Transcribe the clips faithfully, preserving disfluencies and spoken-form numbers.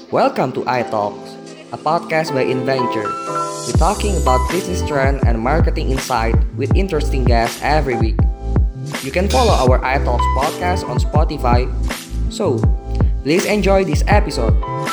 Welcome to iTalks, a podcast by InVenture. We're talking about business trend and marketing insight with interesting guests every week. You can follow our iTalks podcast on Spotify. So, please enjoy this episode.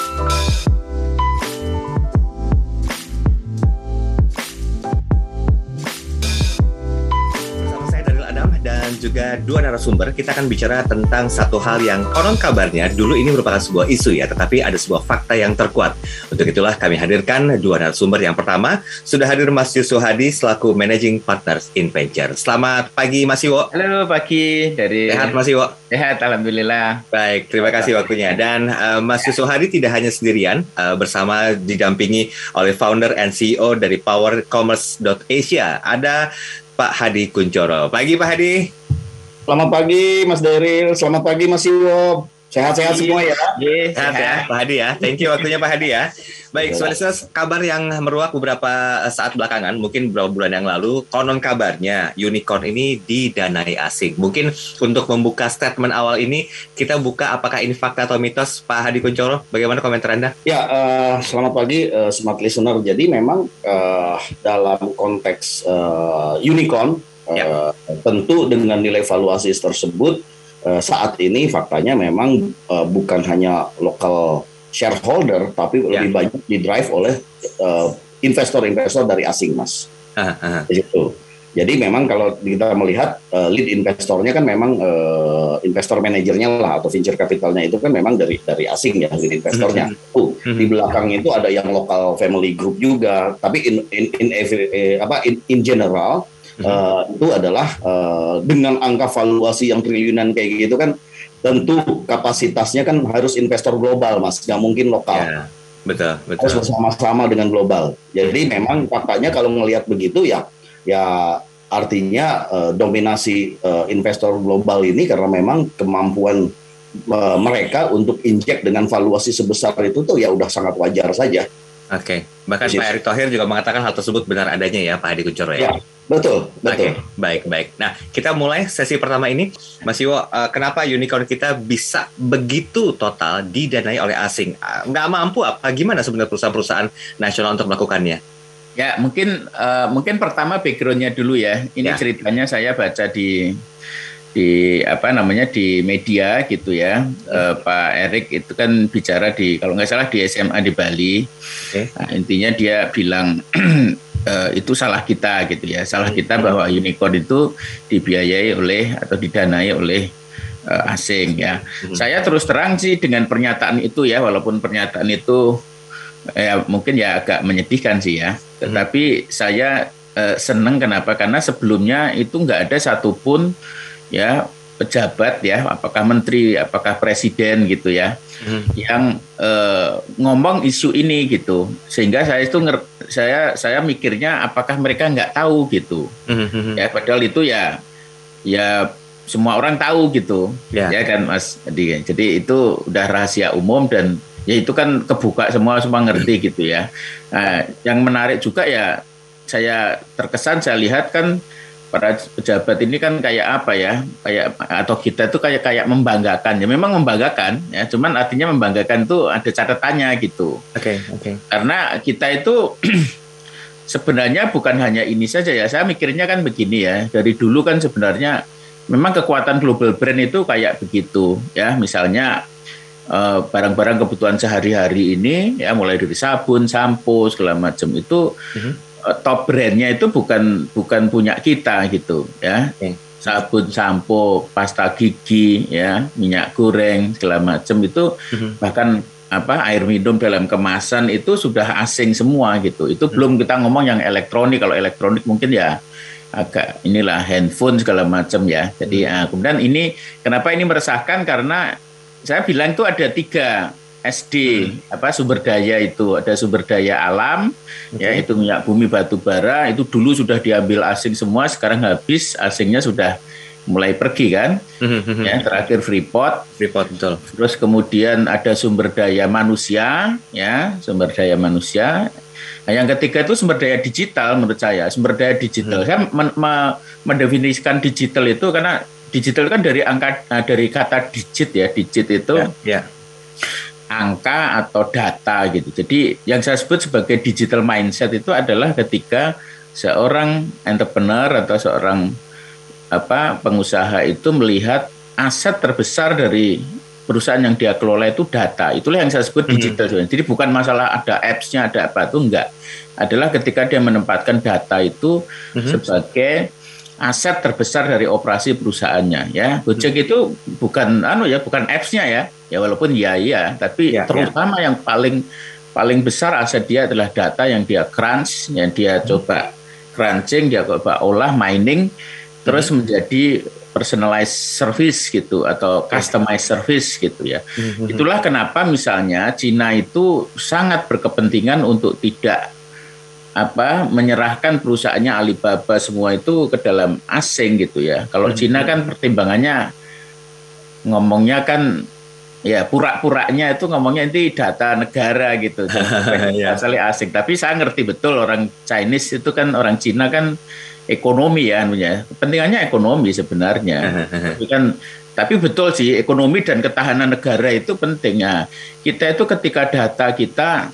Dan juga dua narasumber, kita akan bicara tentang satu hal yang konon kabarnya dulu ini merupakan sebuah isu ya, tetapi ada sebuah fakta yang terkuat. Untuk itulah kami hadirkan dua narasumber. Yang pertama, sudah hadir Mas Yusuf Hadi selaku Managing Partners InVenture. Selamat pagi Mas Iwo. Halo pagi dari Sehat Mas Iwo? Sehat, alhamdulillah. Baik, terima kasih waktunya. Dan uh, Mas Yusuf Hadi tidak hanya sendirian, uh, bersama didampingi oleh founder and C E O dari Power Commerce dot Asia. Ada Pak Hadi Kuncoro. Pagi Pak Hadi. Selamat pagi Mas Daryl, selamat pagi Mas Iwo. Sehat-sehat semua ya. Yes, sehat ya Pak Hadi ya. Thank you waktunya Pak Hadi ya. Baik, soalnya kabar yang meruak beberapa saat belakangan, mungkin beberapa bulan yang lalu, konon kabarnya unicorn ini didanai asing. Mungkin untuk membuka statement awal ini, kita buka apakah ini fakta atau mitos, Pak Hadi Kuncoro. Bagaimana komentar Anda? Ya, uh, selamat pagi uh, smart listener. Jadi memang uh, dalam konteks uh, unicorn, uh, ya. tentu dengan nilai valuasi tersebut, uh, saat ini faktanya memang uh, bukan hanya lokal shareholder, tapi ya. lebih banyak didrive oleh uh, investor-investor dari asing, Mas. Aha. Itu. Jadi memang kalau kita melihat uh, lead investornya kan memang uh, investor manajernya lah atau venture capitalnya itu kan memang dari dari asing ya lead investornya. Mm-hmm. Uh, mm-hmm. Di belakang itu ada yang lokal family group juga, tapi in in in, in apa in, in general mm-hmm. uh, itu adalah uh, dengan angka valuasi yang triliunan kayak gitu kan. Tentu kapasitasnya kan harus investor global, Mas, nggak mungkin lokal. Ya, betul, betul. Harus bersama-sama dengan global. Jadi memang faktanya kalau melihat begitu ya, ya artinya uh, dominasi uh, investor global ini karena memang kemampuan uh, mereka untuk injek dengan valuasi sebesar itu tuh ya udah sangat wajar saja. Oke, bahkan Pak Erick Thohir juga mengatakan hal tersebut benar adanya ya, Pak Hadi Kuncoro ya. Ya. Betul, betul. Oke, baik, baik. Nah, kita mulai sesi pertama ini. Mas Iwo, uh, kenapa unicorn kita bisa begitu total didanai oleh asing? Uh, nggak mampu apa? Gimana sebenarnya perusahaan-perusahaan nasional untuk melakukannya? Ya, mungkin uh, mungkin pertama background-nya dulu ya. Ini ya. Ceritanya saya baca di di apa namanya di media gitu ya. Uh, Pak Erick itu kan bicara di kalau nggak salah di S M A di Bali. Okay. Nah, intinya dia bilang Uh, itu salah kita gitu ya, salah kita bahwa unicorn itu dibiayai oleh atau didanai oleh uh, asing ya. Hmm. Saya terus terang sih dengan pernyataan itu ya, walaupun pernyataan itu ya mungkin ya agak menyedihkan sih ya. Tetapi hmm. saya uh, senang kenapa? Karena sebelumnya itu nggak ada satupun ya pejabat ya, apakah menteri, apakah presiden gitu ya, hmm. yang uh, ngomong isu ini gitu, sehingga saya itu nger- saya saya mikirnya apakah mereka nggak tahu gitu, hmm. ya padahal itu ya ya semua orang tahu gitu, yeah. ya kan Mas Adi. Jadi itu udah rahasia umum dan ya itu kan kebuka semua semua ngerti gitu ya. Nah, yang menarik juga ya saya terkesan saya lihat kan para pejabat ini kan kayak apa ya, kayak atau kita tuh kayak kayak membanggakan ya, memang membanggakan ya, cuman artinya membanggakan tuh ada catatannya gitu. Oke, okay, oke. Okay. Karena kita itu sebenarnya bukan hanya ini saja ya, saya mikirnya kan begini ya, dari dulu kan sebenarnya memang kekuatan global brand itu kayak begitu ya, misalnya eh, barang-barang kebutuhan sehari-hari ini ya, mulai dari sabun, sampo segala macam itu. Mm-hmm. Top brandnya itu bukan bukan punya kita gitu ya. Okay. Sabun, sampo, pasta gigi ya, minyak goreng segala macam itu mm-hmm. bahkan apa air minum dalam kemasan itu sudah asing semua gitu. Itu mm-hmm. belum kita ngomong yang elektronik. Kalau elektronik mungkin ya agak inilah handphone segala macam ya. Jadi mm-hmm. uh, kemudian ini kenapa ini meresahkan karena saya bilang itu ada tiga S D hmm. apa sumber daya itu, ada sumber daya alam okay. ya itu minyak bumi, batu bara itu dulu sudah diambil asing semua, sekarang habis asingnya sudah mulai pergi kan hmm. ya terakhir Freeport Freeport betul. Terus kemudian ada sumber daya manusia ya sumber daya manusia. Nah, yang ketiga itu sumber daya digital menurut saya sumber daya digital. Hmm. Saya men- me- mendefinisikan digital itu karena digital kan dari angka dari kata digit ya digit itu. Ya. Yeah. angka atau data gitu. Jadi yang saya sebut sebagai digital mindset itu adalah ketika seorang entrepreneur atau seorang apa pengusaha itu melihat aset terbesar dari perusahaan yang dia kelola itu data. Itulah yang saya sebut digital. Mm-hmm. Jadi bukan masalah ada apps-nya, ada apa itu enggak. Adalah ketika dia menempatkan data itu mm-hmm. sebagai aset terbesar dari operasi perusahaannya ya. Gojek mm-hmm. itu bukan anu ya, bukan apps-nya ya. Ya walaupun ya iya, tapi ya, terutama ya. yang paling paling besar aset dia adalah data yang dia crunch, yang dia mm-hmm. coba crunching, dia coba olah, mining, terus mm-hmm. menjadi personalized service gitu atau customized service gitu ya. Mm-hmm. Itulah kenapa misalnya Cina itu sangat berkepentingan untuk tidak apa menyerahkan perusahaannya Alibaba semua itu ke dalam asing gitu ya. Kalau mm-hmm. Cina kan pertimbangannya ngomongnya kan ya pura-puranya itu ngomongnya ini data negara gitu. Asalnya asing. Tapi saya ngerti betul orang Chinese itu kan orang Cina kan ekonomi ya, kepentingannya ekonomi sebenarnya. Tapi kan, tapi betul sih ekonomi dan ketahanan negara itu pentingnya. Kita itu ketika data kita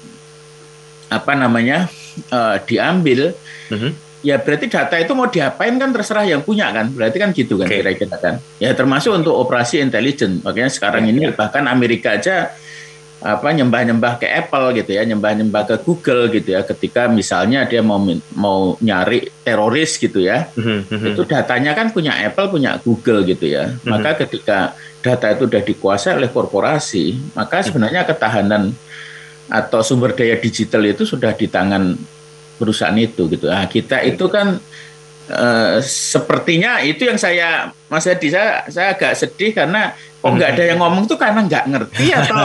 apa namanya uh, diambil, uh-huh. ya berarti data itu mau diapain kan terserah yang punya kan, berarti kan gitu kan okay. kira-kira kan. Ya termasuk untuk operasi intelijen. Makanya sekarang okay. ini bahkan Amerika aja apa nyembah-nyembah ke Apple gitu ya, nyembah-nyembah ke Google gitu ya, ketika misalnya dia mau mau nyari teroris gitu ya, mm-hmm. itu datanya kan punya Apple, punya Google gitu ya, mm-hmm. maka ketika data itu sudah dikuasai oleh korporasi, maka sebenarnya ketahanan atau sumber daya digital itu sudah di tangan perusahaan itu gitu. Nah, kita itu kan Uh, sepertinya itu yang saya Mas Hadi saya saya agak sedih karena kok nggak ada yang ngomong tuh karena nggak ngerti atau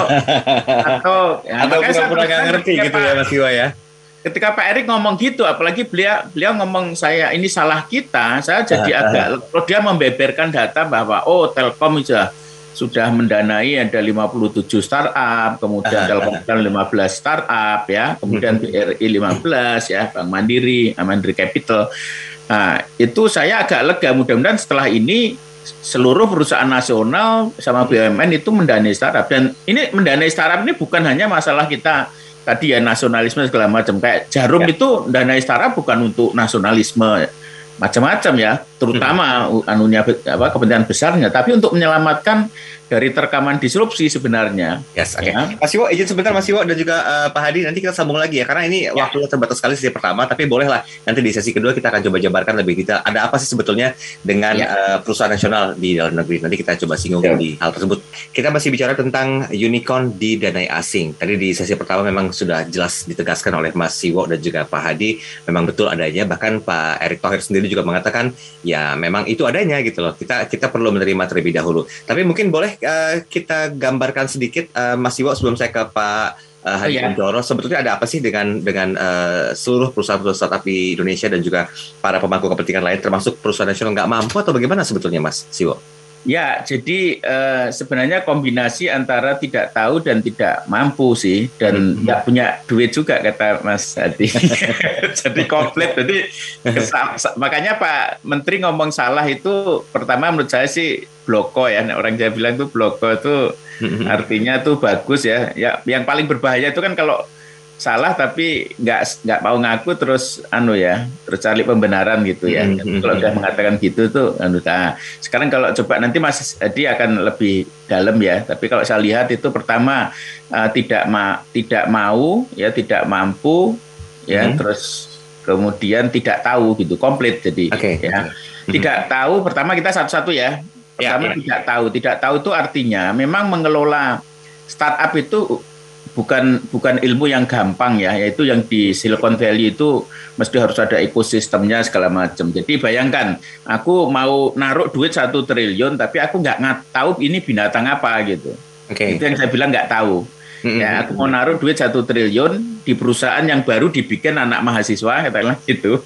atau ya, atau pura-pura nggak ngerti gitu ya Mas Iwa ya. Ketika Pak Erik ngomong gitu, apalagi beliau beliau ngomong saya ini salah kita, saya jadi agak kalau dia membeberkan data bahwa oh Telkom sudah sudah mendanai ada lima puluh tujuh startup, kemudian Telkomsel lima belas startup ya, kemudian B R I lima belas ya, Bank Mandiri, Mandiri Capital. Nah, itu saya agak lega, mudah-mudahan setelah ini seluruh perusahaan nasional sama B U M N itu mendanai startup. Dan ini mendanai startup ini bukan hanya masalah kita tadi ya nasionalisme segala macam. Kayak Jarum ya. Itu mendanai startup bukan untuk nasionalisme macam-macam ya, terutama hmm. anunya apa kepentingan besarnya, tapi untuk menyelamatkan dari terkaman disrupsi sebenarnya. Yes, oke. Okay. Ya. Mas Iwo, izin sebentar Mas Iwo dan juga uh, Pak Hadi, nanti kita sambung lagi ya, karena ini ya. waktunya terbatas sekali sesi pertama, tapi bolehlah nanti di sesi kedua kita akan coba jabarkan lebih detail. Ada apa sih sebetulnya dengan ya. uh, perusahaan nasional di dalam negeri? Nanti kita coba singgung ya. di hal tersebut. Kita masih bicara tentang unicorn didanai asing. Tadi di sesi pertama memang sudah jelas ditegaskan oleh Mas Iwo dan juga Pak Hadi, memang betul adanya. Bahkan Pak Erick Thohir sendiri juga mengatakan ya memang itu adanya gitu loh. Kita kita perlu menerima terlebih dahulu. Tapi mungkin boleh uh, kita gambarkan sedikit uh, Mas Iwo sebelum saya ke Pak uh, Hadi Kunchoro. Sebetulnya ada apa sih dengan dengan uh, seluruh perusahaan-perusahaan startup di Indonesia dan juga para pemangku kepentingan lain termasuk perusahaan nasional nggak mampu atau bagaimana sebetulnya Mas Iwo? Ya, jadi uh, sebenarnya kombinasi antara tidak tahu dan tidak mampu sih, dan nggak hmm. punya duit juga kata Mas Hadi. Jadi komplit. Jadi kesal, makanya Pak Menteri ngomong salah itu pertama menurut saya sih bloko ya. Orang Jawa bilang itu bloko itu hmm. artinya tuh bagus ya. Ya, yang paling berbahaya itu kan kalau salah tapi nggak nggak mau ngaku terus anu ya terus cari pembenaran gitu ya. Mm-hmm. Kalau udah mengatakan gitu tuh anu. Nah, sekarang kalau coba nanti Mas Hadi akan lebih dalam ya. Tapi kalau saya lihat itu pertama uh, tidak ma tidak mau ya tidak mampu ya mm-hmm. terus kemudian tidak tahu gitu komplit jadi okay. ya mm-hmm. tidak tahu pertama kita satu-satu ya. Pertama ya, ya. tidak tahu tidak tahu itu artinya memang mengelola startup itu bukan bukan ilmu yang gampang ya, yaitu yang di Silicon Valley itu mesti harus ada ekosistemnya segala macam. Jadi bayangkan, aku mau naruh duit satu triliun, tapi aku nggak tahu ini binatang apa gitu. Okay. Itu yang saya bilang nggak tahu. Mm-hmm. Ya, aku mau naruh duit satu triliun di perusahaan yang baru dibikin anak mahasiswa, katakanlah gitu.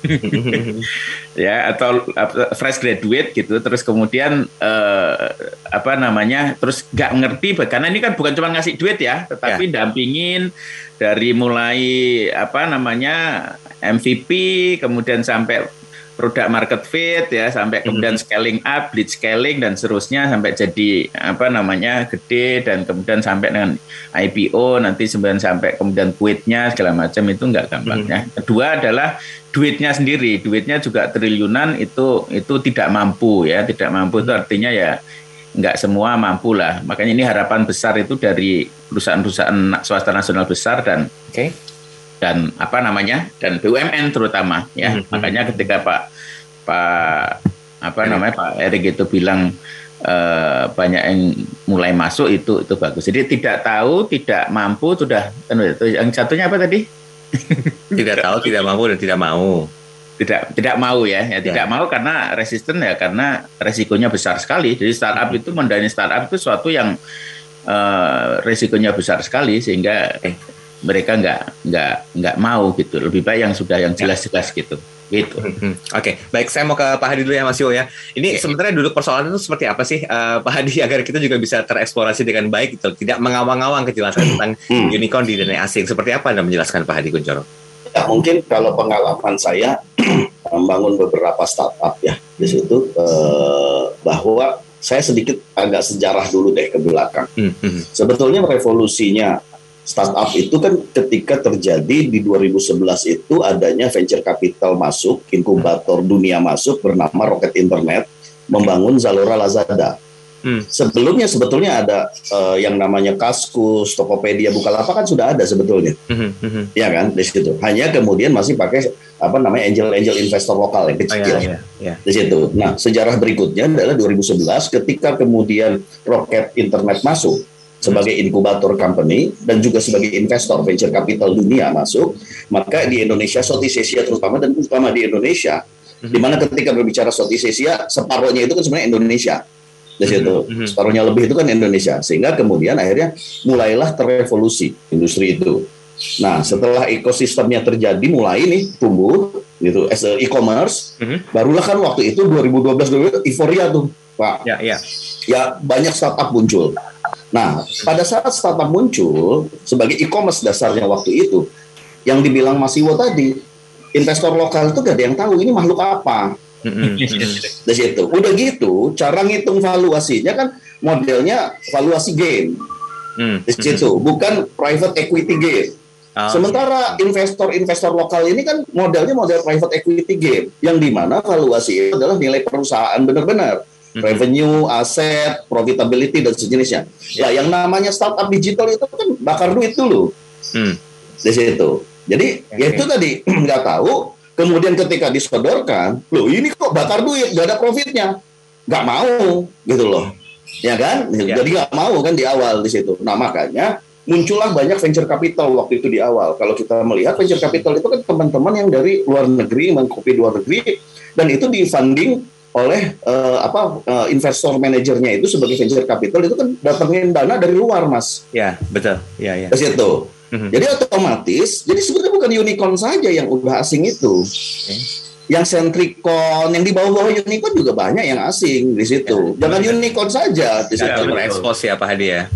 Ya, atau uh, fresh graduate gitu. Terus kemudian uh, apa namanya? Terus nggak ngerti, karena ini kan bukan cuma ngasih duit ya, tetapi yeah. dampingin dari mulai apa namanya M V P, kemudian sampai produk market fit ya sampai kemudian mm-hmm. scaling up, bleed scaling dan seterusnya sampai jadi apa namanya gede dan kemudian sampai dengan I P O nanti kemudian sampai kemudian quitnya segala macam itu nggak gampang mm-hmm. ya. Kedua adalah duitnya sendiri, duitnya juga triliunan itu itu tidak mampu ya, tidak mampu itu artinya ya nggak semua mampu lah. Makanya ini harapan besar itu dari perusahaan-perusahaan swasta nasional besar dan okay. dan apa namanya dan B U M N terutama ya mm-hmm. makanya ketika Pak Pak apa namanya Pak Erik itu bilang uh, banyak yang mulai masuk itu itu bagus. Jadi tidak tahu, tidak mampu sudah. Yang satunya apa tadi? Tidak tahu, tidak mampu dan tidak mau. Tidak tidak mau ya, ya tidak ya. mau karena resisten ya karena resikonya besar sekali. Jadi startup itu mendanai startup itu suatu yang uh, resikonya besar sekali sehingga eh, mereka nggak nggak nggak mau gitu. Lebih baik yang sudah yang jelas-jelas gitu. Gitu. Oke, okay. Baik. Saya mau ke Pak Hadi dulu ya, Mas Yo ya. Ini okay. sebenarnya duduk persoalan itu seperti apa sih, uh, Pak Hadi, agar kita juga bisa tereksplorasi dengan baik gitu, tidak mengawang-awang kejelasan tentang hmm. unicorn di dunia asing. Seperti apa Anda menjelaskan, Pak Hadi Kunchoro? Ya, mungkin kalau pengalaman saya membangun beberapa startup ya di situ uh, bahwa saya sedikit agak sejarah dulu deh ke belakang. Hmm. Hmm. Sebetulnya revolusinya startup itu kan ketika terjadi di dua ribu sebelas itu adanya venture capital masuk, inkubator dunia masuk bernama Rocket Internet membangun Zalora Lazada. Hmm. Sebelumnya sebetulnya ada uh, yang namanya Kaskus, Tokopedia, Bukalapak kan sudah ada sebetulnya. Hmm. Hmm. Ya kan di situ. Hanya kemudian masih pakai apa namanya angel-angel investor lokal yang kecil. Oh, ya, ya, ya. Di situ. Nah, sejarah berikutnya adalah dua ribu sebelas ketika kemudian Rocket Internet masuk sebagai inkubator company dan juga sebagai investor venture capital dunia masuk, maka di Indonesia Southeast Asia terutama dan terutama di Indonesia, mm-hmm. di mana ketika berbicara Southeast Asia separuhnya itu kan sebenarnya Indonesia, di situ mm-hmm. separuhnya lebih itu kan Indonesia, sehingga kemudian akhirnya mulailah terrevolusi industri itu. Nah setelah ekosistemnya terjadi mulai nih tumbuh gitu as a e-commerce, mm-hmm. barulah kan waktu itu dua ribu dua belas euforia tuh Pak, ya, ya. ya banyak startup muncul. Nah, pada saat startup muncul sebagai e-commerce dasarnya waktu itu, yang dibilang Mas Iwo tadi, investor lokal itu gak ada yang tahu ini makhluk apa. Dari situ, udah gitu, cara ngitung valuasinya kan modelnya valuasi gain. Di situ, bukan private equity gain. Sementara investor-investor lokal ini kan modelnya model private equity gain, yang dimana valuasi itu adalah nilai perusahaan benar-benar. Revenue, aset, profitability dan sejenisnya. Ya, nah, yang namanya startup digital itu kan bakar duit dulu. Hmm. Di situ. Jadi, okay. ya itu tadi nggak tahu. Kemudian ketika disodorkan, loh ini kok bakar duit, nggak ada profitnya, nggak mau, gitu loh. Ya kan? Ya. Jadi nggak mau kan di awal di situ. Nah makanya muncullah banyak venture capital waktu itu di awal. Kalau kita melihat venture capital itu kan teman-teman yang dari luar negeri, mengkopi luar negeri, dan itu di funding oleh uh, apa uh, investor manajernya itu sebagai venture capital itu kan datangin dana dari luar, Mas. Ya, betul. Ya, ya. Dari situ. Mm-hmm. Jadi otomatis, jadi sebenarnya bukan unicorn saja yang udah asing itu. Okay. Yang Centricon, yang di bawah-bawah unicorn juga banyak yang asing di situ. Ya, jangan ya. Unicorn saja di situ. Terekspos ya Pak Hadi ya.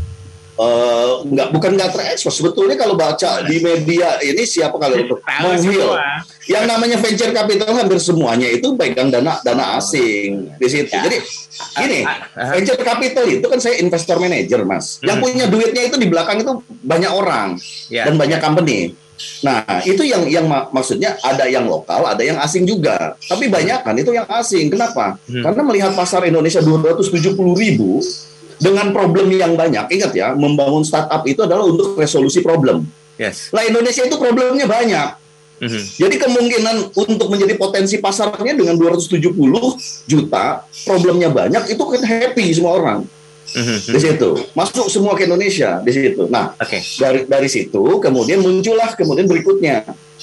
Uh, enggak, bukan nggak terekspos. Sebetulnya kalau baca di media ini siapa kalau itu Monghil, yang namanya venture capital hampir semuanya itu pegang dana dana asing di situ. Ya. Jadi gini, venture capital itu kan saya investor manager, Mas. Hmm. Yang punya duitnya itu di belakang itu banyak orang ya. Dan banyak company. Nah itu yang yang mak- maksudnya ada yang lokal, ada yang asing juga. Tapi banyak kan itu yang asing. Kenapa? Hmm. Karena melihat pasar Indonesia dua ratus tujuh puluh ribu. Dengan problem yang banyak, ingat ya, membangun startup itu adalah untuk resolusi problem. Yes. Lah Indonesia itu problemnya banyak. Mm-hmm. Jadi kemungkinan untuk menjadi potensi pasarnya dengan dua ratus tujuh puluh juta, problemnya banyak, itu kan happy semua orang. Mm-hmm. Di situ masuk semua ke Indonesia di situ. Nah, okay. dari dari situ kemudian muncullah kemudian berikutnya.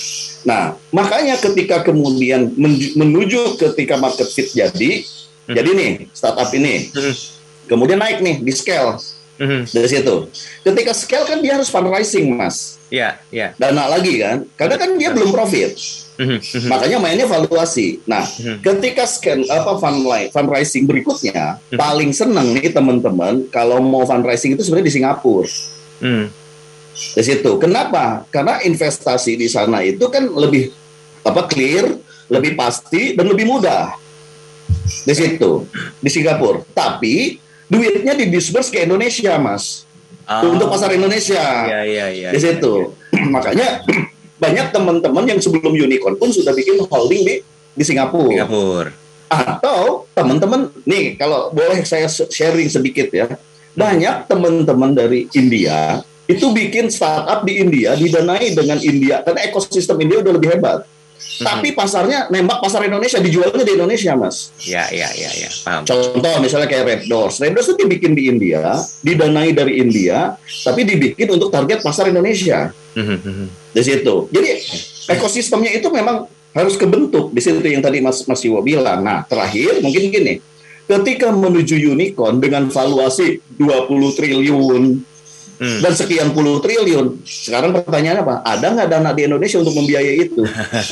Nah, makanya ketika kemudian menuju ketika market fit jadi, mm-hmm. jadi nih startup ini. Mm-hmm. Kemudian naik nih di scale mm-hmm. dari situ. Ketika scale kan dia harus fundraising, Mas. Iya, yeah, iya. Yeah. Dana lagi kan, karena kan dia belum profit. Mm-hmm. Makanya mainnya valuasi. Nah, mm-hmm. ketika scale apa fundraising berikutnya, mm-hmm. paling seneng nih teman-teman kalau mau fundraising itu sebenarnya di Singapura. Mm. Di situ. Kenapa? Karena investasi di sana itu kan lebih apa clear. lebih pasti dan lebih mudah di situ di Singapura. Tapi duitnya didisburse ke Indonesia, Mas, oh. untuk pasar Indonesia. Ya, ya, ya, di situ. Ya, ya. Makanya banyak teman-teman yang sebelum Unicorn pun sudah bikin holding di di Singapura. Singapura. Atau teman-teman nih, kalau boleh saya sharing sedikit ya, banyak teman-teman dari India itu bikin startup di India, didanai dengan India, karena ekosistem India udah lebih hebat. Hmm. Tapi pasarnya nembak pasar Indonesia, dijualnya di Indonesia, Mas. Ya, ya, ya, ya. Paham. Contoh misalnya kayak Red Doors. Red Doors itu dibikin di India, didanai dari India, tapi dibikin untuk target pasar Indonesia. Hmm. Di situ. Jadi ekosistemnya itu memang harus kebentuk. Di situ yang tadi Mas Mas Iwo bilang. Nah, terakhir mungkin gini. Ketika menuju unicorn dengan valuasi dua puluh triliun hmm. dan sekian puluh triliun, sekarang pertanyaannya apa? Ada nggak dana di Indonesia untuk membiayai itu?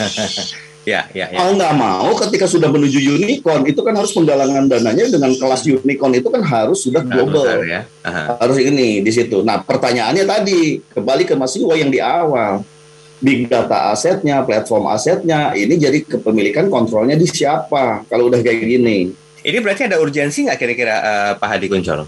ya, ya, ya. Mau nggak mau, ketika sudah menuju unicorn, itu kan harus penggalangan dananya dengan kelas unicorn itu kan harus sudah global, nah, ya. harus ini di situ. Nah, pertanyaannya tadi kembali ke Mas Iwo yang di awal, big data asetnya, platform asetnya, ini jadi kepemilikan kontrolnya di siapa? Kalau udah kayak gini. Ini berarti ada urgensi nggak kira-kira uh, Pak Hadi Kuncoro?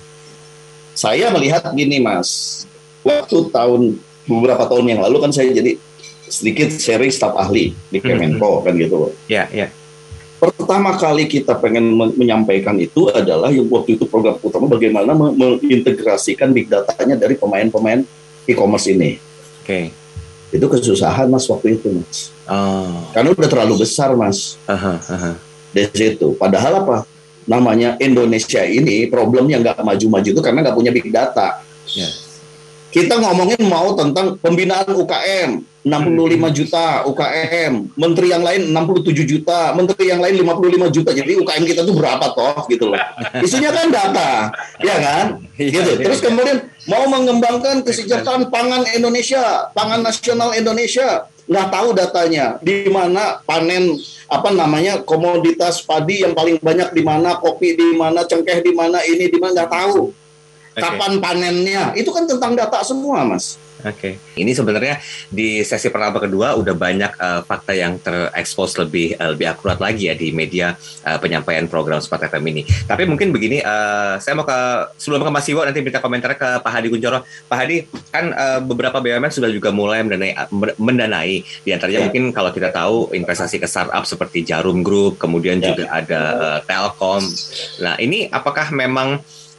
Saya melihat gini, Mas. Waktu tahun beberapa tahun yang lalu kan saya jadi sedikit sharing staf ahli di Kemenko mm-hmm. kan gitu. Ya, ya. Pertama kali kita pengen menyampaikan itu adalah yang waktu itu program utama bagaimana mengintegrasikan big datanya dari pemain-pemain e-commerce ini. Oke. Okay. Itu kesusahan, Mas, waktu itu, Mas. Oh. Karena udah terlalu besar, Mas. Aha, aha. Dari situ. Padahal apa? Namanya Indonesia ini problemnya nggak maju-maju itu karena nggak punya big data. Yeah. Kita ngomongin mau tentang pembinaan U K M enam puluh lima juta U K M, menteri yang lain enam puluh tujuh juta, menteri yang lain lima puluh lima juta. Jadi U K M kita tuh berapa toh gitu loh. Isunya kan data, ya kan? Gitu. Terus kemudian mau mengembangkan kesejahteraan pangan Indonesia, pangan nasional Indonesia. Nggak tahu datanya di mana panen apa namanya komoditas padi yang paling banyak di mana, kopi di mana, cengkeh di mana, ini di mana, nggak tahu. Okay. Kapan panennya, itu kan tentang data semua, Mas. Oke, okay. Ini sebenarnya di sesi pertama kedua udah banyak uh, fakta yang terekspos lebih uh, lebih akurat lagi ya di media uh, penyampaian program Smart F M ini. Tapi mungkin begini, uh, saya mau ke sebelum ke Mas Iwo nanti minta komentar ke Pak Hadi Kuncoro. Pak Hadi, kan uh, beberapa B U M N sudah juga mulai mendanai, mendanai. Di antaranya yeah. mungkin kalau kita tahu investasi ke startup seperti Jarum Group, kemudian yeah. juga ada uh, Telkom. Nah, ini apakah memang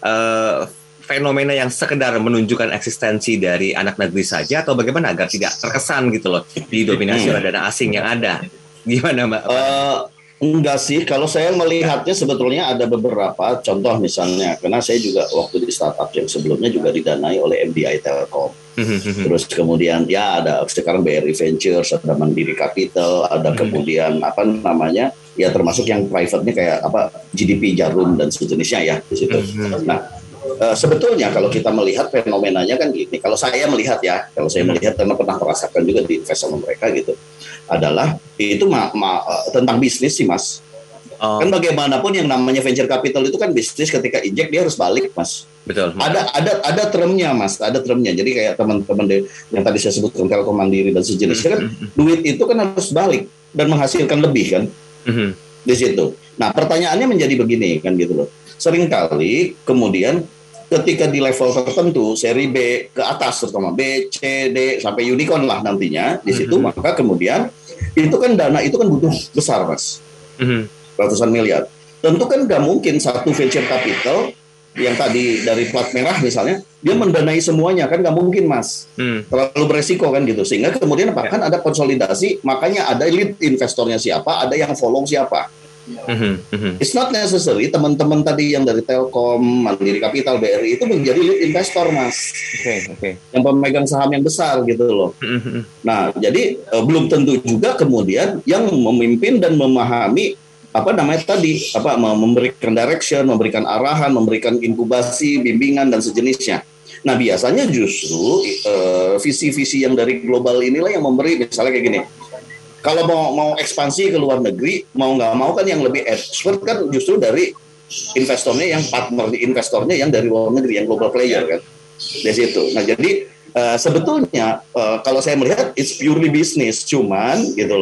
uh, fenomena yang sekedar menunjukkan eksistensi dari anak negeri saja atau bagaimana agar tidak terkesan gitu loh didominasi oleh dana asing yang ada? Gimana, Mbak? Uh, enggak sih, kalau saya melihatnya sebetulnya ada beberapa contoh misalnya, karena saya juga waktu di startup yang sebelumnya juga didanai oleh M D I Telkom. Terus kemudian ya ada sekarang B R I Ventures, ada Mandiri Capital, ada kemudian apa namanya ya termasuk yang private-nya kayak apa G D P Jarum dan sejenisnya ya di situ. Nah, Uh, sebetulnya kalau kita melihat fenomenanya kan gini, kalau saya melihat ya, kalau saya melihat karena pernah merasakan juga di invest sama mereka gitu, adalah itu ma- ma- uh, tentang bisnis sih, Mas. Oh. Kan bagaimanapun yang namanya venture capital itu kan bisnis, ketika injek dia harus balik, Mas. Betul. Ada ada ada termnya, Mas, ada termnya. Jadi kayak teman-teman de, yang tadi saya sebutkan Telkom, Mandiri dan sejenisnya kan duit itu kan harus balik dan menghasilkan lebih kan mm-hmm. di situ. Nah pertanyaannya menjadi begini kan gitu loh. Seringkali kemudian ketika di level tertentu seri B ke atas terutama B, C, D sampai unicorn lah nantinya di situ mm-hmm. maka kemudian itu kan dana itu kan butuh besar, Mas, mm-hmm. ratusan miliar. Tentu kan nggak mungkin satu venture capital yang tadi dari plat merah misalnya dia mendanai semuanya, kan nggak mungkin, Mas. Mm. Terlalu beresiko kan gitu, sehingga kemudian apa kan ada konsolidasi, makanya ada lead investornya siapa, ada yang follow siapa. Mm-hmm. It's not necessary teman-teman tadi yang dari Telkom, Mandiri Capital, B R I itu menjadi lead investor, Mas. Oke, okay, oke. Okay. Yang pemegang saham yang besar gitu loh. Mm-hmm. Nah, jadi uh, belum tentu juga kemudian yang memimpin dan memahami apa namanya tadi apa memberikan direction, memberikan arahan, memberikan inkubasi, bimbingan dan sejenisnya. Nah, biasanya justru uh, visi-visi yang dari global inilah yang memberi, misalnya kayak gini. Kalau mau mau ekspansi ke luar negeri, mau nggak mau kan yang lebih expert kan justru dari investornya yang partner di investornya yang dari luar negeri, yang global player kan. Dari situ. Nah jadi uh, sebetulnya uh, kalau saya melihat it's purely business, cuman gitu loh.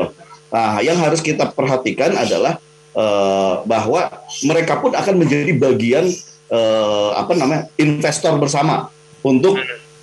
Nah, yang harus kita perhatikan adalah uh, bahwa mereka pun akan menjadi bagian uh, apa namanya investor bersama untuk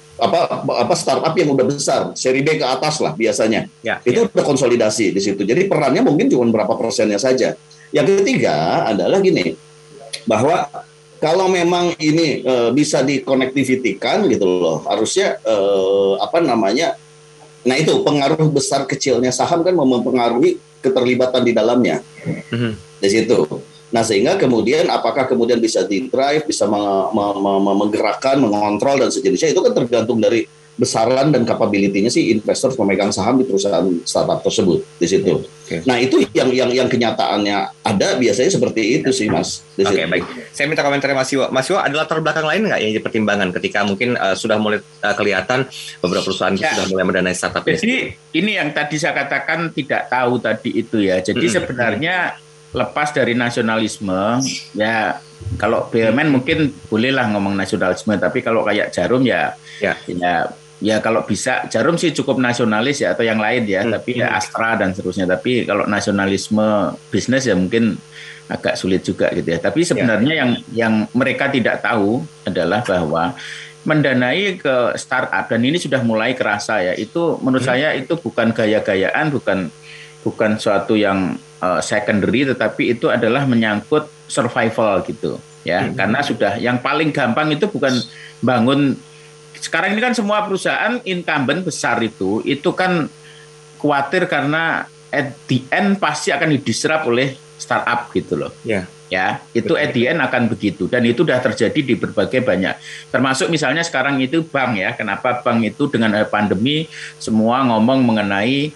apa apa startup yang udah besar, seri B ke atas lah biasanya. Ya, itu ya. Udah konsolidasi di situ. Jadi perannya mungkin cuma berapa persennya saja. Yang ketiga adalah gini, bahwa kalau memang ini uh, bisa dikonektivitikan gitu loh, harusnya uh, apa namanya. Nah itu pengaruh besar kecilnya saham kan mempengaruhi keterlibatan di dalamnya mm-hmm. di situ. Nah sehingga kemudian apakah kemudian bisa di-drive, bisa me- me- me- menggerakkan, mengontrol dan sejenisnya itu kan tergantung dari besaran dan capability-nya si investor pemegang saham di perusahaan startup tersebut di situ. Okay. Nah itu yang yang yang kenyataannya ada biasanya seperti itu sih Mas. Oke okay, baik. Saya minta komentar Mas Iwo. Mas Iwo ada latar belakang lain nggak yang dipertimbangkan ketika mungkin uh, sudah mulai uh, kelihatan beberapa perusahaan ya. Sudah mulai mendanai startup. Jadi ini yang tadi saya katakan tidak tahu tadi itu ya. Jadi hmm. sebenarnya lepas dari nasionalisme ya. Kalau B U M N mungkin bolehlah ngomong nasionalisme, tapi kalau kayak Jarum ya, ya, ya ya kalau bisa Jarum sih cukup nasionalis ya atau yang lain ya, hmm. tapi ya Astra dan seterusnya. Tapi kalau nasionalisme bisnis ya mungkin agak sulit juga gitu ya. Tapi sebenarnya ya. yang yang mereka tidak tahu adalah bahwa mendanai ke startup dan ini sudah mulai kerasa ya. Itu menurut hmm. saya itu bukan gaya-gayaan, bukan bukan suatu yang uh, secondary, tetapi itu adalah menyangkut survival gitu ya. Hmm. Karena sudah yang paling gampang itu bukan bangun. Sekarang ini kan semua perusahaan incumbent besar itu, itu kan khawatir karena at the end pasti akan didisrupt oleh startup gitu loh. Yeah. Ya, itu at the end akan begitu. Dan itu sudah terjadi di berbagai banyak. Termasuk misalnya sekarang itu bank ya. Kenapa bank itu dengan pandemi semua ngomong mengenai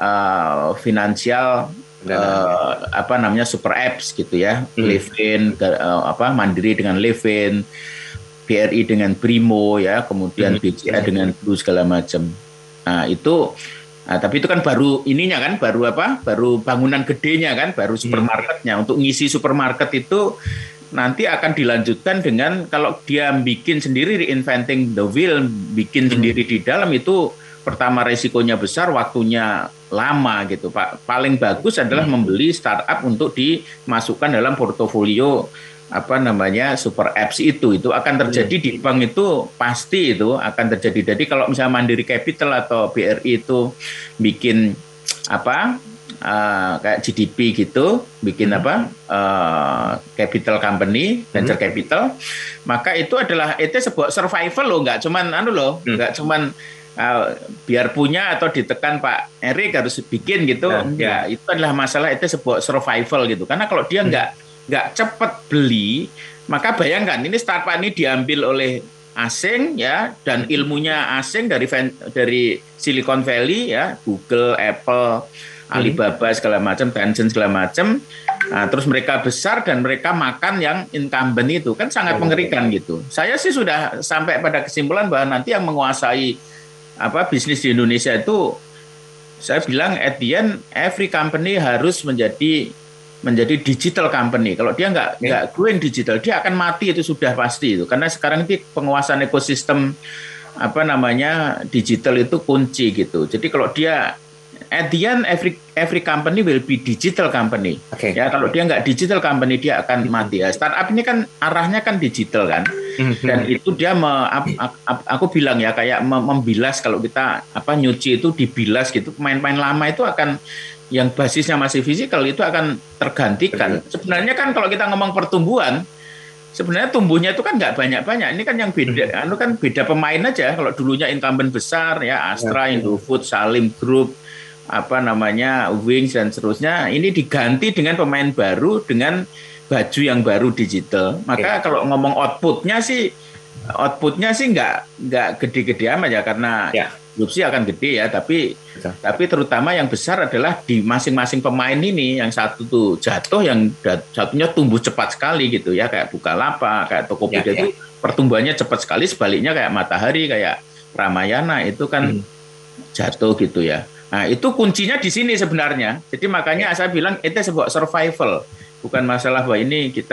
uh, finansial uh, apa namanya super apps gitu ya. Hmm. Levin, uh, apa Mandiri dengan Levin, B R I dengan Brimo ya, kemudian B C A dengan Blue segala macam. Nah, itu nah, tapi itu kan baru ininya kan, baru apa? Baru bangunan gedenya kan, baru supermarketnya. Untuk ngisi supermarket itu nanti akan dilanjutkan dengan kalau dia bikin sendiri reinventing the wheel, bikin hmm. sendiri di dalam itu pertama resikonya besar, waktunya lama gitu, Pak. Paling bagus adalah hmm. membeli startup untuk dimasukkan dalam portofolio apa namanya super apps itu itu akan terjadi hmm. di bank itu pasti itu akan terjadi. Jadi kalau misalnya Mandiri Capital atau B R I itu bikin apa uh, kayak G D P gitu, bikin hmm. apa uh, capital company, venture hmm. capital, maka itu adalah itu sebuah survival loh, nggak cuman anu loh, hmm. nggak cuman uh, biar punya atau ditekan Pak Erik harus bikin gitu, nah, ya, ya itu adalah masalah, itu sebuah survival gitu. Karena kalau dia nggak hmm. nggak cepat beli, maka bayangkan ini startup ini diambil oleh asing ya, dan ilmunya asing dari dari Silicon Valley ya, Google, Apple, Alibaba segala macam, Tencent segala macam. Nah, terus mereka besar dan mereka makan yang incumbent itu kan sangat mengerikan gitu. Saya sih sudah sampai pada kesimpulan bahwa nanti yang menguasai apa bisnis di Indonesia itu, saya bilang at the end every company harus menjadi menjadi digital company. Kalau dia nggak nggak yeah. going digital, dia akan mati, itu sudah pasti itu. Karena sekarang ini penguasaan ekosistem apa namanya digital itu kunci gitu. Jadi kalau dia at the end every every company will be digital company. Okay. Ya kalau dia nggak digital company dia akan mati. Ya, startup ini kan arahnya kan digital kan. Dan itu dia me, aku bilang ya kayak membilas, kalau kita apa nyuci itu dibilas gitu. Pemain-pemain lama itu akan yang basisnya masih fisikal itu akan tergantikan. Sebenarnya kan kalau kita ngomong pertumbuhan, sebenarnya tumbuhnya itu kan nggak banyak-banyak. Ini kan yang beda, anu kan beda pemain aja. Kalau dulunya incumbent besar ya Astra, Indofood, Salim Group, apa namanya Wings dan seterusnya, ini diganti dengan pemain baru dengan baju yang baru digital. Maka kalau ngomong outputnya sih, outputnya sih nggak nggak gede-gede amat ya, karena ya. Produksi akan gede ya, tapi Betul. tapi terutama yang besar adalah di masing-masing pemain ini. Yang satu tuh jatuh, yang satunya tumbuh cepat sekali gitu ya, kayak Bukalapak, kayak Tokopedia ya, itu ya. pertumbuhannya cepat sekali. Sebaliknya kayak Matahari, kayak Ramayana itu kan hmm. jatuh gitu ya. Nah itu kuncinya di sini sebenarnya. Jadi makanya ya. saya bilang itu sebuah survival, bukan masalah bahwa ini kita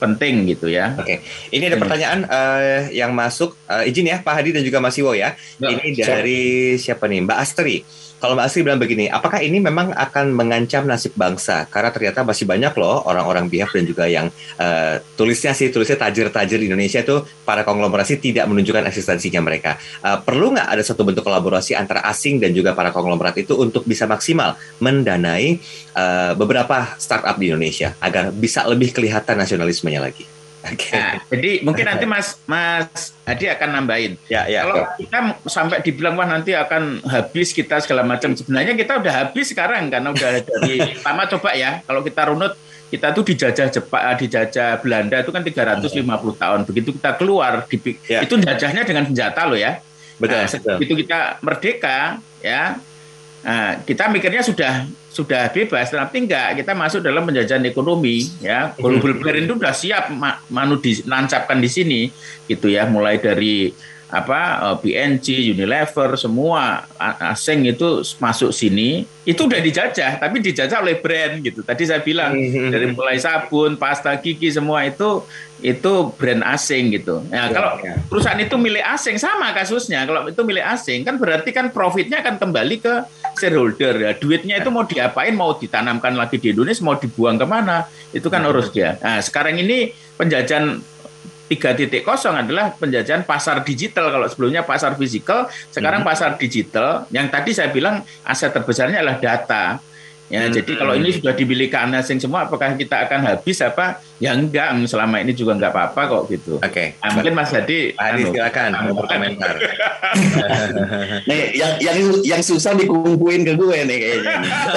penting gitu ya. Oke, ini ada pertanyaan uh, yang masuk, uh, izin ya Pak Hadi dan juga Mas Iwo ya. ya ini dari siapa nih, Mbak Astri. Kalau Mbak Astri bilang begini, apakah ini memang akan mengancam nasib bangsa? Karena ternyata masih banyak loh orang-orang pihak dan juga yang uh, tulisnya sih, tulisnya tajir-tajir di Indonesia itu para konglomerasi tidak menunjukkan eksistensinya mereka. Uh, perlu nggak ada satu bentuk kolaborasi antara asing dan juga para konglomerat itu untuk bisa maksimal mendanai uh, beberapa startup di Indonesia agar bisa lebih kelihatan nasionalismenya lagi? Okay. Nah, jadi mungkin nanti Mas Mas Hadi akan nambahin. Ya, ya, Kalau ya. kita sampai dibilang wah nanti akan habis kita segala macam, sebenarnya kita udah habis sekarang karena udah dari pertama coba ya. Kalau kita runut, kita tuh dijajah Jepang, dijajah Belanda itu kan tiga ratus lima puluh tahun. Begitu kita keluar, di, ya. itu jajahnya dengan senjata loh ya. Betul. Nah, begitu kita merdeka ya, nah, kita mikirnya sudah sudah bebas, tapi enggak, kita masuk dalam penjajahan ekonomi ya. Global player itu sudah siap manu dinancapkan di sini gitu ya, mulai dari apa B N C, Unilever, semua asing itu masuk sini, itu udah dijajah, tapi dijajah oleh brand gitu. Tadi saya bilang dari mulai sabun, pasta gigi semua itu itu brand asing gitu. Nah, ya, kalau ya. perusahaan itu milik asing sama kasusnya. Kalau itu milik asing kan berarti kan profitnya akan kembali ke shareholder ya. Duitnya itu mau diapain, mau ditanamkan lagi di Indonesia, mau dibuang kemana, itu kan urus dia. Nah, sekarang ini penjajahan tiga titik nol adalah penjajahan pasar digital. Kalau sebelumnya pasar fisikal, sekarang hmm. pasar digital. Yang tadi saya bilang aset terbesarnya adalah data. Ya, hmm. jadi kalau ini sudah dimiliki asing semua, apakah kita akan habis apa? Ya enggak, selama ini juga enggak apa-apa kok gitu. Oke. Okay. Nah, mungkin Mas Hadi, Pak Hadi silakan mau berkomentar. Nih, yang yang yang susah dikumpulin ke gue nih kayaknya.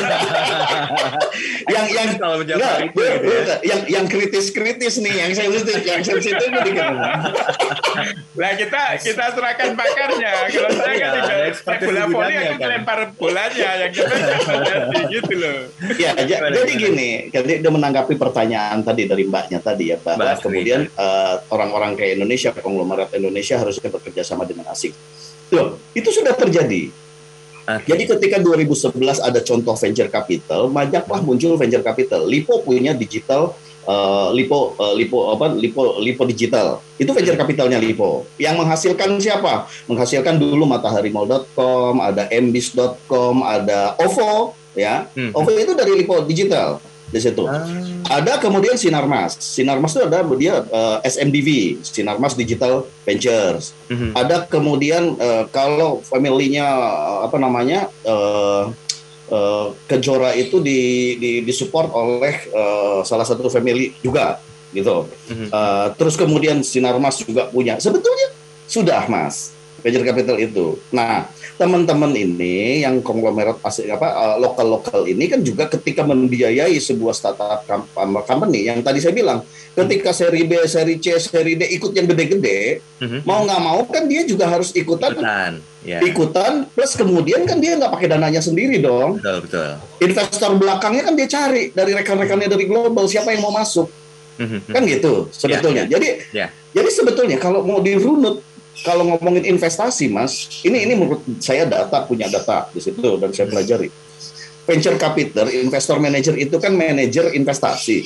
yang yang kalau enggak, itu, gitu ya. yang yang kritis-kritis nih, yang sensitif, yang sensitif itu dikit. Nah, kita kita serahkan pakarnya. Kalau saya kan tidak bola voli yang lempar bolanya, yang kita jadi gitu loh. Ya, jadi gini, jadi udah menanggapi pertanyaan tadi dari Mbaknya tadi ya, bahwa Mbak kemudian uh, orang-orang kayak Indonesia, konglomerat Indonesia harusnya bekerja sama dengan asing. Tuh, itu sudah terjadi. Okay. Jadi ketika dua ribu sebelas ada contoh venture capital, banyaklah muncul venture capital. Lipo punya digital, uh, Lipo, uh, Lipo apa, Lipo, Lipo digital. Itu venture capitalnya Lipo. Yang menghasilkan siapa? Menghasilkan dulu mataharimall dot com, ada embis dot com, ada OVO, ya. Hmm. OVO itu dari Lipo digital. Di situ. Ah. Ada kemudian Sinarmas. Sinarmas itu ada dia uh, S M D V, Sinarmas Digital Ventures. Mm-hmm. Ada kemudian uh, kalau family-nya uh, apa namanya uh, uh, Kejora itu di, di disupport oleh uh, salah satu family juga gitu. Mm-hmm. Uh, terus kemudian Sinarmas juga punya. Sebetulnya sudah Mas venture capital itu. Nah, teman-teman ini yang konglomerat asing apa uh, lokal-lokal ini kan juga ketika membiayai sebuah startup company yang tadi saya bilang, ketika seri B, seri C, seri D ikut yang gede-gede, mm-hmm. mau nggak mau kan dia juga harus ikutan, ikutan, yeah. ikutan plus kemudian kan dia nggak pakai dananya sendiri dong. Betul, betul. Investor belakangnya kan dia cari dari rekan-rekannya dari global siapa yang mau masuk, mm-hmm. kan gitu sebetulnya. Yeah, yeah. Jadi, yeah. jadi sebetulnya kalau mau dirunut, kalau ngomongin investasi, Mas, ini ini menurut saya data punya data di situ dan saya pelajari. Venture capital, investor manager itu kan manajer investasi.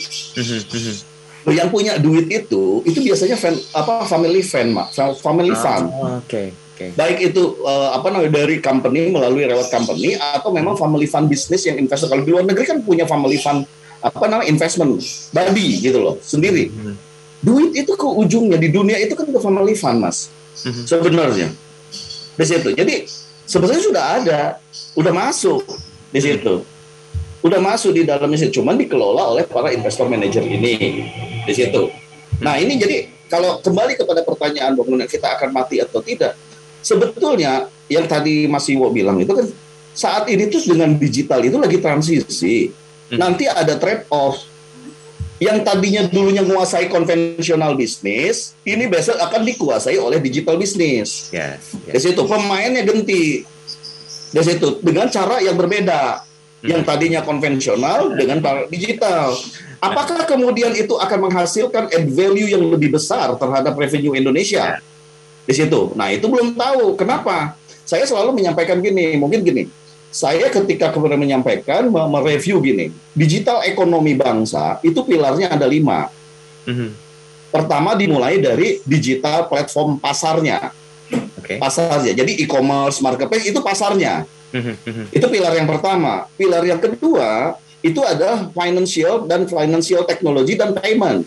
Yang punya duit itu, itu biasanya fan, apa family fund, Mak, family fund. Oh, oke, okay, okay. Baik itu uh, apa namanya dari company melalui lewat company atau memang family fund bisnis yang investor. Kalau di luar negeri kan punya family fund apa namanya investment body gitu loh sendiri. Duit itu ke ujungnya di dunia itu kan ke family fund, Mas. Sebenarnya di situ. Jadi sebetulnya sudah ada, udah masuk di situ, udah masuk di dalamnya situ. Cuman dikelola oleh para investor manager ini di situ. Nah ini jadi kalau kembali kepada pertanyaan bahwa kita akan mati atau tidak, sebetulnya yang tadi Mas Iwo bilang itu kan saat ini tuh dengan digital itu lagi transisi. Nanti ada trade off. Yang tadinya dulunya menguasai konvensional bisnis, ini besok akan dikuasai oleh digital bisnis. Yes, yes. Di situ pemainnya ganti. Di situ dengan cara yang berbeda. Hmm. Yang tadinya konvensional dengan digital. Apakah kemudian itu akan menghasilkan add value yang lebih besar terhadap revenue Indonesia? Di situ. Nah, itu belum tahu. Kenapa? Saya selalu menyampaikan gini, mungkin gini. Saya ketika kemudian menyampaikan, mereview gini, digital ekonomi bangsa itu pilarnya ada lima. Mm-hmm. Pertama dimulai dari digital platform pasarnya. Okay. Pasarnya. Jadi e-commerce, marketplace itu pasarnya. Itu pilar yang pertama. Pilar yang kedua itu adalah financial dan financial technology dan payment.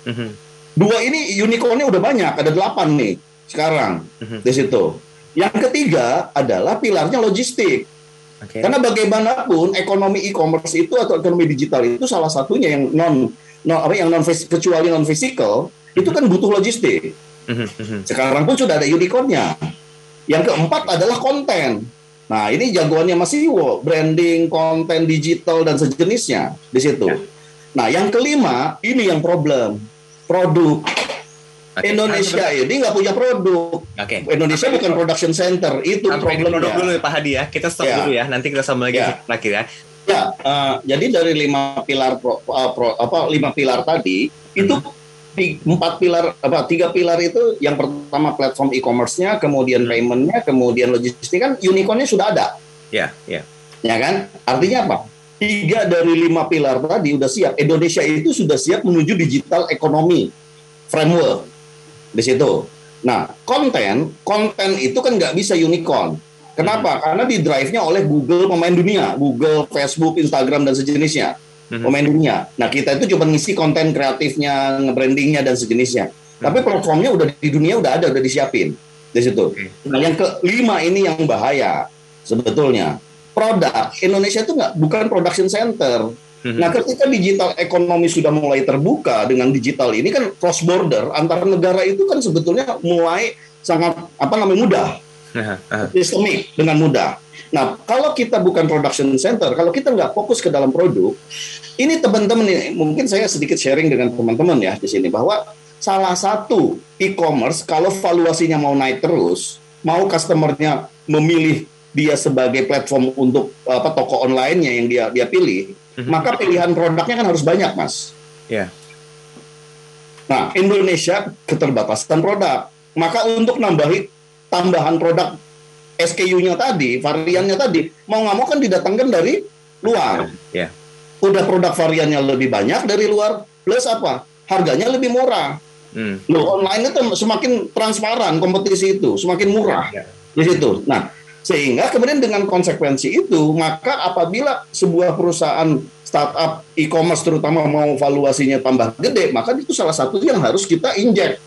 Dua ini unicornnya udah banyak, ada delapan nih sekarang di situ. Yang ketiga adalah pilarnya logistik. Okay. Karena bagaimanapun ekonomi e-commerce itu atau ekonomi digital itu salah satunya yang non, non apa yang non kecuali non physical itu kan butuh logistik. Sekarang pun sudah ada unicornnya. Yang keempat adalah konten. Nah ini jagoannya Mas Iwo, branding, konten digital dan sejenisnya di situ. Ya. Nah yang kelima ini yang problem, produk. Okay. Indonesia ini nggak punya produk. Okay. Indonesia okay. bukan production center, itu sampai problemnya. Produk dulu ya Pak Hadi ya. Kita stop ya. dulu ya. Nanti kita sambung lagi ya. terakhir ya. Ya, uh, jadi dari lima pilar pro, uh, pro, apa lima pilar tadi hmm. itu di, empat pilar apa tiga pilar itu yang pertama platform e-commerce-nya, kemudian hmm. payment-nya, kemudian logistik kan unicorn-nya sudah ada. Ya, ya. Ya kan? Artinya apa? Tiga dari lima pilar tadi udah siap. Indonesia itu sudah siap menuju digital ekonomi framework. Di situ. Nah, konten, konten itu kan nggak bisa unicorn. Kenapa? Hmm. Karena di drive-nya oleh Google pemain dunia, Google, Facebook, Instagram dan sejenisnya, hmm. pemain dunia. Nah, kita itu cuma ngisi konten kreatifnya, nge-brandingnya dan sejenisnya. Hmm. Tapi platformnya udah di dunia udah ada, udah disiapin di situ. Hmm. Nah, yang kelima ini yang bahaya sebetulnya. Produk Indonesia itu nggak bukan production center. Nah, ketika digital ekonomi sudah mulai terbuka dengan digital ini kan cross border antar negara itu kan sebetulnya mulai sangat apa namanya mudah, sistemik dengan mudah. Nah, kalau kita bukan production center, kalau kita nggak fokus ke dalam produk, ini teman-teman ini mungkin saya sedikit sharing dengan teman-teman ya di sini bahwa salah satu e-commerce kalau valuasinya mau naik terus, mau customernya memilih dia sebagai platform untuk apa toko online-nya yang dia dia pilih. Maka pilihan produknya kan harus banyak, Mas. Ya. Yeah. Nah, Indonesia keterbatasan produk. Maka untuk nambahi tambahan produk S K U-nya tadi, variannya tadi, mau nggak mau kan didatangkan dari luar. Ya. Yeah. Udah produk variannya lebih banyak dari luar, plus apa? Harganya lebih murah. Hmm. Loh, online itu semakin transparan kompetisi itu, semakin murah. Yeah. Di situ. Nah, sehingga kemudian dengan konsekuensi itu, maka apabila sebuah perusahaan startup e-commerce terutama mau valuasinya tambah gede, maka itu salah satu yang harus kita injek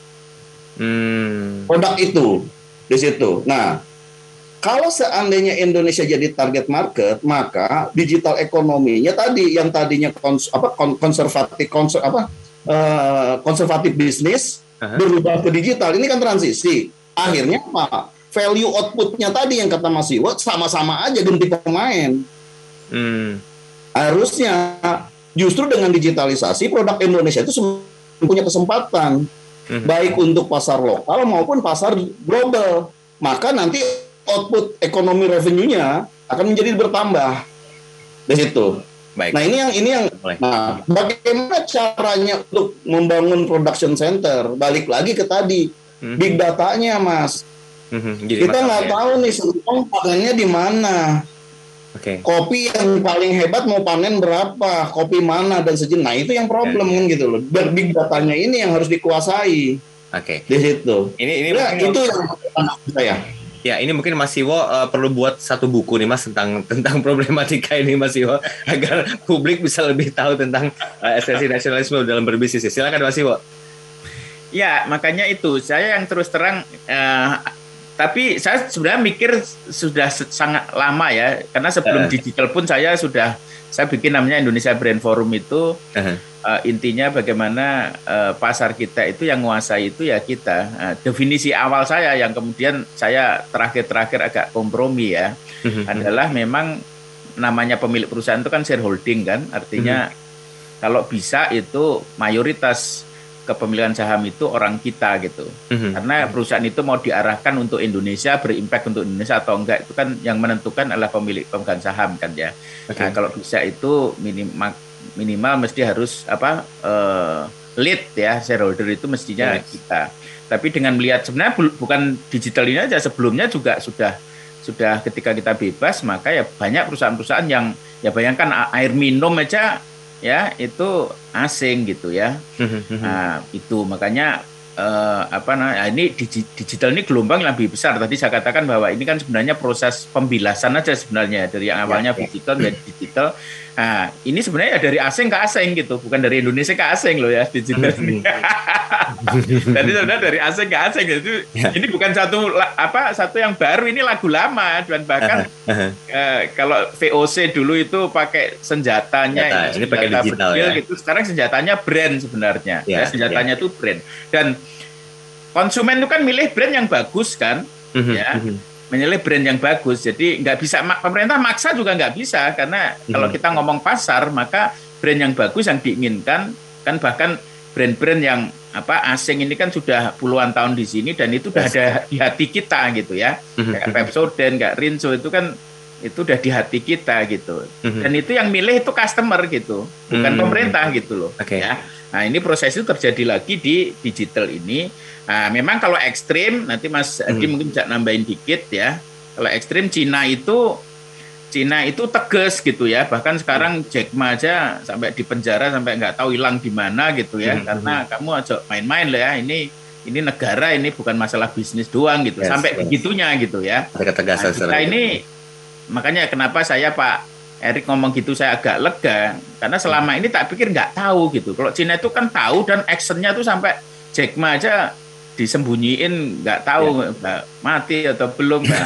hmm. produk itu di situ. Nah, kalau seandainya Indonesia jadi target market, maka digital ekonominya tadi yang tadinya kons, apa konservatif konser, apa uh, konservatif bisnis uh-huh. berubah ke digital. Ini kan transisi. Akhirnya apa? Value output-nya tadi yang kata Mas Iwo sama-sama aja ganti pemain. Hmm. Harusnya justru dengan digitalisasi produk Indonesia itu punya kesempatan hmm. baik untuk pasar lokal maupun pasar global. Maka nanti output ekonomi revenue-nya akan menjadi bertambah di situ. Baik. Nah ini yang ini yang. Nah bagaimana caranya untuk membangun production center? Balik lagi ke tadi hmm. big data-nya, Mas. Mm-hmm. Kita nggak tahu nih singkong panennya di mana. Okay. Kopi yang paling hebat mau panen berapa, kopi mana dan sejenis. Nah itu yang problem kan yeah. gitu loh. Dan big datanya ini yang harus dikuasai. Oke. Okay. Di situ. Ini ini ya, itu yang saya. Ya ini mungkin Mas Iwo uh, perlu buat satu buku nih Mas tentang tentang problematika ini Mas Iwo agar publik bisa lebih tahu tentang uh, esensi nasionalisme dalam berbisnis. Silakan Mas Iwo. Ya makanya itu saya yang terus terang. Uh, Tapi saya sebenarnya mikir sudah sangat lama ya, karena sebelum uh. digital pun saya sudah saya bikin namanya Indonesia Brand Forum itu uh-huh. uh, intinya bagaimana uh, pasar kita itu yang menguasai itu ya kita. Uh, definisi awal saya yang kemudian saya terakhir-terakhir agak kompromi ya uh-huh. adalah memang namanya pemilik perusahaan itu kan shareholding kan, artinya uh-huh. kalau bisa itu mayoritas kepemilikan saham itu orang kita gitu. Mm-hmm. Karena perusahaan itu mau diarahkan untuk Indonesia, berimpact untuk Indonesia atau enggak, itu kan yang menentukan adalah pemilik pemegang saham kan ya. Okay. Nah, kalau bisa itu minimal minimal mesti harus apa uh, lead ya, shareholder itu mestinya yes. kita. Tapi dengan melihat sebenarnya bu- bukan digital ini aja, sebelumnya juga sudah sudah ketika kita bebas, maka ya banyak perusahaan-perusahaan yang ya bayangkan air minum aja ya itu asing gitu ya. Nah, itu makanya eh, apa namanya ini digital ini gelombang yang lebih besar. Tadi saya katakan bahwa ini kan sebenarnya proses pembilasan aja sebenarnya dari yang awalnya ya, digital menjadi digital. Nah, ini sebenarnya dari asing ke asing gitu, bukan dari Indonesia ke asing loh ya digital ini. Jadi sebenarnya dari asing ke asing gitu. Ya. Ini bukan satu apa satu yang baru, ini lagu lama dan bahkan uh, uh, uh, kalau V O C dulu itu pakai senjatanya, senjata, ini pakai digital bergil, ya. gitu. Sekarang senjatanya brand sebenarnya. Ya, ya senjatanya itu ya. brand. Dan konsumen itu kan milih brand yang bagus kan, uh-huh, ya. Uh-huh. Memilih brand yang bagus, jadi nggak bisa pemerintah maksa juga nggak bisa karena hmm. kalau kita ngomong pasar maka brand yang bagus yang diinginkan kan bahkan brand-brand yang apa asing ini kan sudah puluhan tahun di sini dan itu sudah ada di hati kita gitu ya, hmm. kayak Pepsodent, kayak Rinso itu kan itu udah di hati kita gitu hmm. dan itu yang milih itu customer gitu, bukan hmm. pemerintah gitu loh. Okay. Ya. Nah ini proses itu terjadi lagi di digital ini. Nah, memang kalau ekstrim nanti Mas Adi hmm. mungkin bisa nambahin dikit ya. Kalau ekstrim Cina itu Cina itu tegas gitu ya. Bahkan sekarang Jack Ma aja sampai di penjara sampai nggak tahu hilang di mana gitu ya. Hmm. Karena kamu aja main-main lah ya. Ini ini negara, ini bukan masalah bisnis doang gitu. Yes, sampai yes. begitunya gitu ya. Nah, kita ini makanya kenapa saya Pak Erik ngomong gitu saya agak lega karena selama ini tak pikir nggak tahu gitu. Kalau Cina itu kan tahu dan actionnya tuh sampai Jack Ma aja disembunyiin nggak tahu ya. Mati atau belum gak,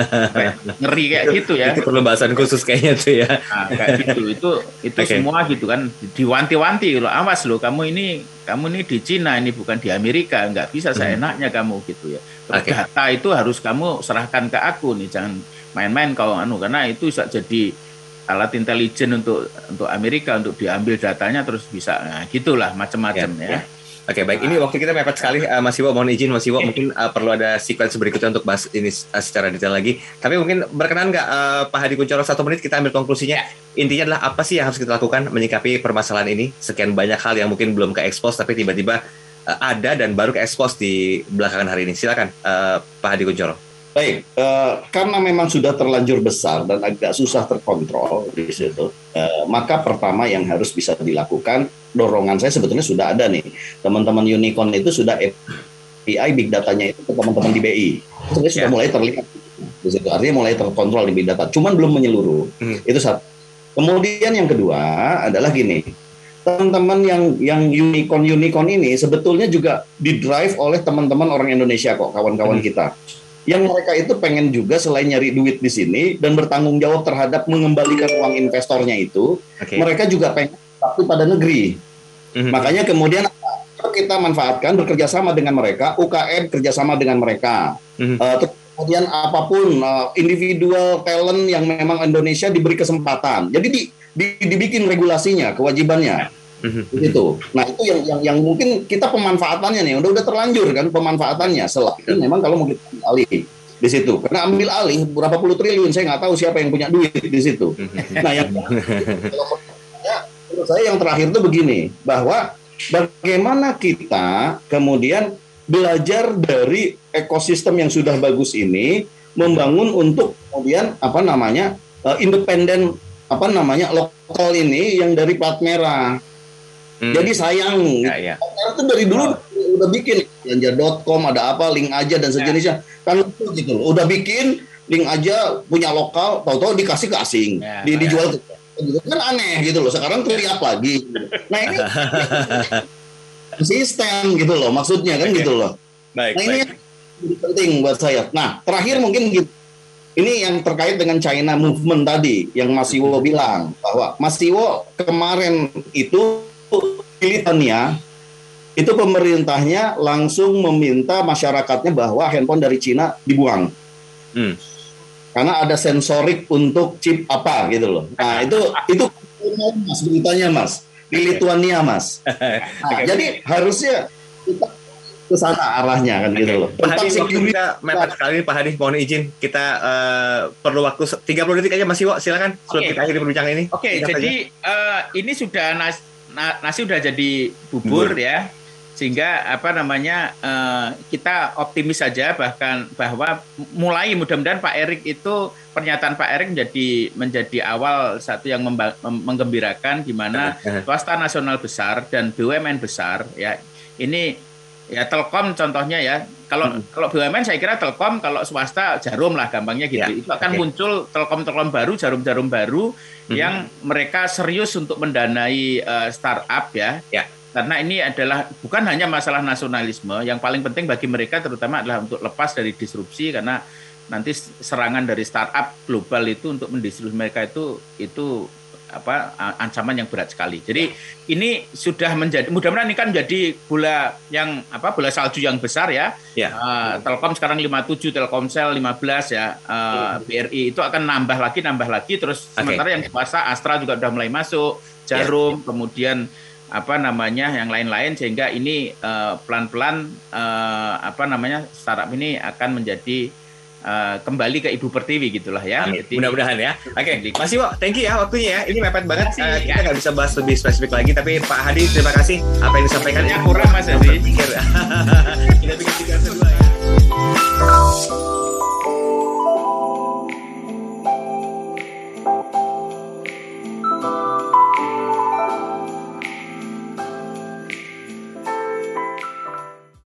ngeri kayak gitu ya. Itu perlu bahasan khusus kayaknya tuh ya. Nah, kayak gitu itu itu okay. semua gitu kan diwanti-wanti loh, awas loh kamu ini kamu ini di Cina ini bukan di Amerika, nggak bisa seenaknya hmm. kamu gitu ya. Terus okay. data itu harus kamu serahkan ke aku nih, jangan main-main kau anu karena itu bisa jadi alat intelijen untuk untuk Amerika untuk diambil datanya terus bisa nah gitulah macam-macam yeah, ya. Yeah. Oke, okay, baik. Ini waktu kita mepet sekali, uh, Mas Iwo. Mohon izin, Mas Iwo. Mungkin uh, perlu ada sequence berikutnya untuk bahas ini uh, secara detail lagi. Tapi mungkin berkenan nggak uh, Pak Hadi Kuncoro satu menit kita ambil konklusinya. Intinya adalah apa sih yang harus kita lakukan menyikapi permasalahan ini? Sekian banyak hal yang mungkin belum ke-expose, tapi tiba-tiba uh, ada dan baru ke-expose di belakangan hari ini. Silakan, uh, Pak Hadi Kuncoro. Baik, uh, karena memang sudah terlanjur besar dan agak susah terkontrol di situ, uh, maka pertama yang harus bisa dilakukan, dorongan saya sebetulnya sudah ada nih, teman-teman Unicorn itu sudah A P I big datanya itu ke teman-teman di B I, sebenarnya sudah mulai terlihat di situ, artinya mulai terkontrol di big data, cuman belum menyeluruh, hmm. itu satu. Kemudian yang kedua adalah gini, teman-teman yang yang Unicorn Unicorn ini sebetulnya juga didrive oleh teman-teman orang Indonesia kok, kawan-kawan hmm. kita. Yang mereka itu pengen juga selain nyari duit di sini dan bertanggung jawab terhadap mengembalikan uang investornya itu, okay. mereka juga pengen bakti pada negeri. Mm-hmm. Makanya kemudian kita manfaatkan bekerja sama dengan mereka, U K M kerjasama dengan mereka. Mm-hmm. Uh, kemudian apapun uh, individual talent yang memang Indonesia diberi kesempatan. Jadi di, di, dibikin regulasinya, kewajibannya. Mm-hmm. Gitu. Nah itu yang yang yang mungkin kita pemanfaatannya nih udah udah terlanjur kan pemanfaatannya selain memang kalau mau kita ambil alih di situ karena ambil alih berapa puluh triliun saya nggak tahu siapa yang punya duit di situ. Mm-hmm. Nah yang menurut saya yang terakhir itu begini bahwa bagaimana kita kemudian belajar dari ekosistem yang sudah bagus ini membangun untuk kemudian apa namanya uh, independen apa namanya lokal ini yang dari plat merah. Hmm. Jadi sayang, ya, ya. Karena itu dari dulu oh. udah bikin belanja dot com ada apa link aja dan sejenisnya, ya. Kan itu gitu loh. Udah bikin link aja punya lokal, tahu-tahu dikasih ke asing, ya, di, dijual ya. Ke gitu kan aneh gitu loh. Sekarang teriak lagi. Nah ini sistem gitu loh, maksudnya kan okay. gitu loh. Baik, nah ini baik. Penting buat saya. Nah terakhir mungkin gitu. Ini yang terkait dengan China movement tadi yang Mas Iwo bilang bahwa Mas Iwo kemarin itu Lithuania itu pemerintahnya langsung meminta masyarakatnya bahwa handphone dari Cina dibuang hmm. karena ada sensorik untuk chip apa gitu loh. Nah itu itu mas beritanya mas di Lithuania mas. Nah, jadi harusnya kita ke sana arahnya kan gitu loh. Pak Hadi, waktu kita mepet sekali Pak Hadi, mohon izin kita uh, perlu waktu tiga puluh detik aja Mas Iwo, silakan sebelum okay. kita akhiri perbincangan ini. Oke, okay, jadi uh, ini sudah nas, na, nasi sudah jadi bubur, bubur. ya. sehingga apa namanya uh, kita optimis saja bahkan bahwa mulai mudah-mudahan Pak Erik itu pernyataan Pak Erik menjadi menjadi awal satu yang memba- menggembirakan di mana swasta nasional besar dan B U M N besar ya ini ya Telkom contohnya ya kalau hmm. kalau B U M N saya kira Telkom kalau swasta Jarum lah gampangnya gitu ya, itu akan okay. muncul Telkom-Telkom baru Jarum-Jarum baru hmm. yang mereka serius untuk mendanai uh, startup ya. ya. Karena ini adalah bukan hanya masalah nasionalisme, yang paling penting bagi mereka terutama adalah untuk lepas dari disrupsi karena nanti serangan dari startup global itu untuk mendisrupsi mereka itu itu apa ancaman yang berat sekali. Jadi ini sudah menjadi mudah-mudahan ini kan menjadi bola yang apa bola salju yang besar ya. ya. Uh, Telkom sekarang lima puluh tujuh, Telkomsel lima belas ya, uh, B R I itu akan nambah lagi nambah lagi terus okay. sementara yang swasta Astra juga sudah mulai masuk, Jarum, ya. kemudian apa namanya yang lain-lain sehingga ini uh, pelan-pelan uh, apa namanya startup ini akan menjadi uh, kembali ke Ibu Pertiwi gitulah ya. Jadi, mudah-mudahan ya. Oke, okay. Masih Pak, thank you ya waktunya ya. Ini mepet banget. Masih, uh, kita nggak ya. bisa bahas lebih spesifik lagi, tapi Pak Hadi terima kasih apa yang disampaikan. Kurang Mas Hadi. Kita bikin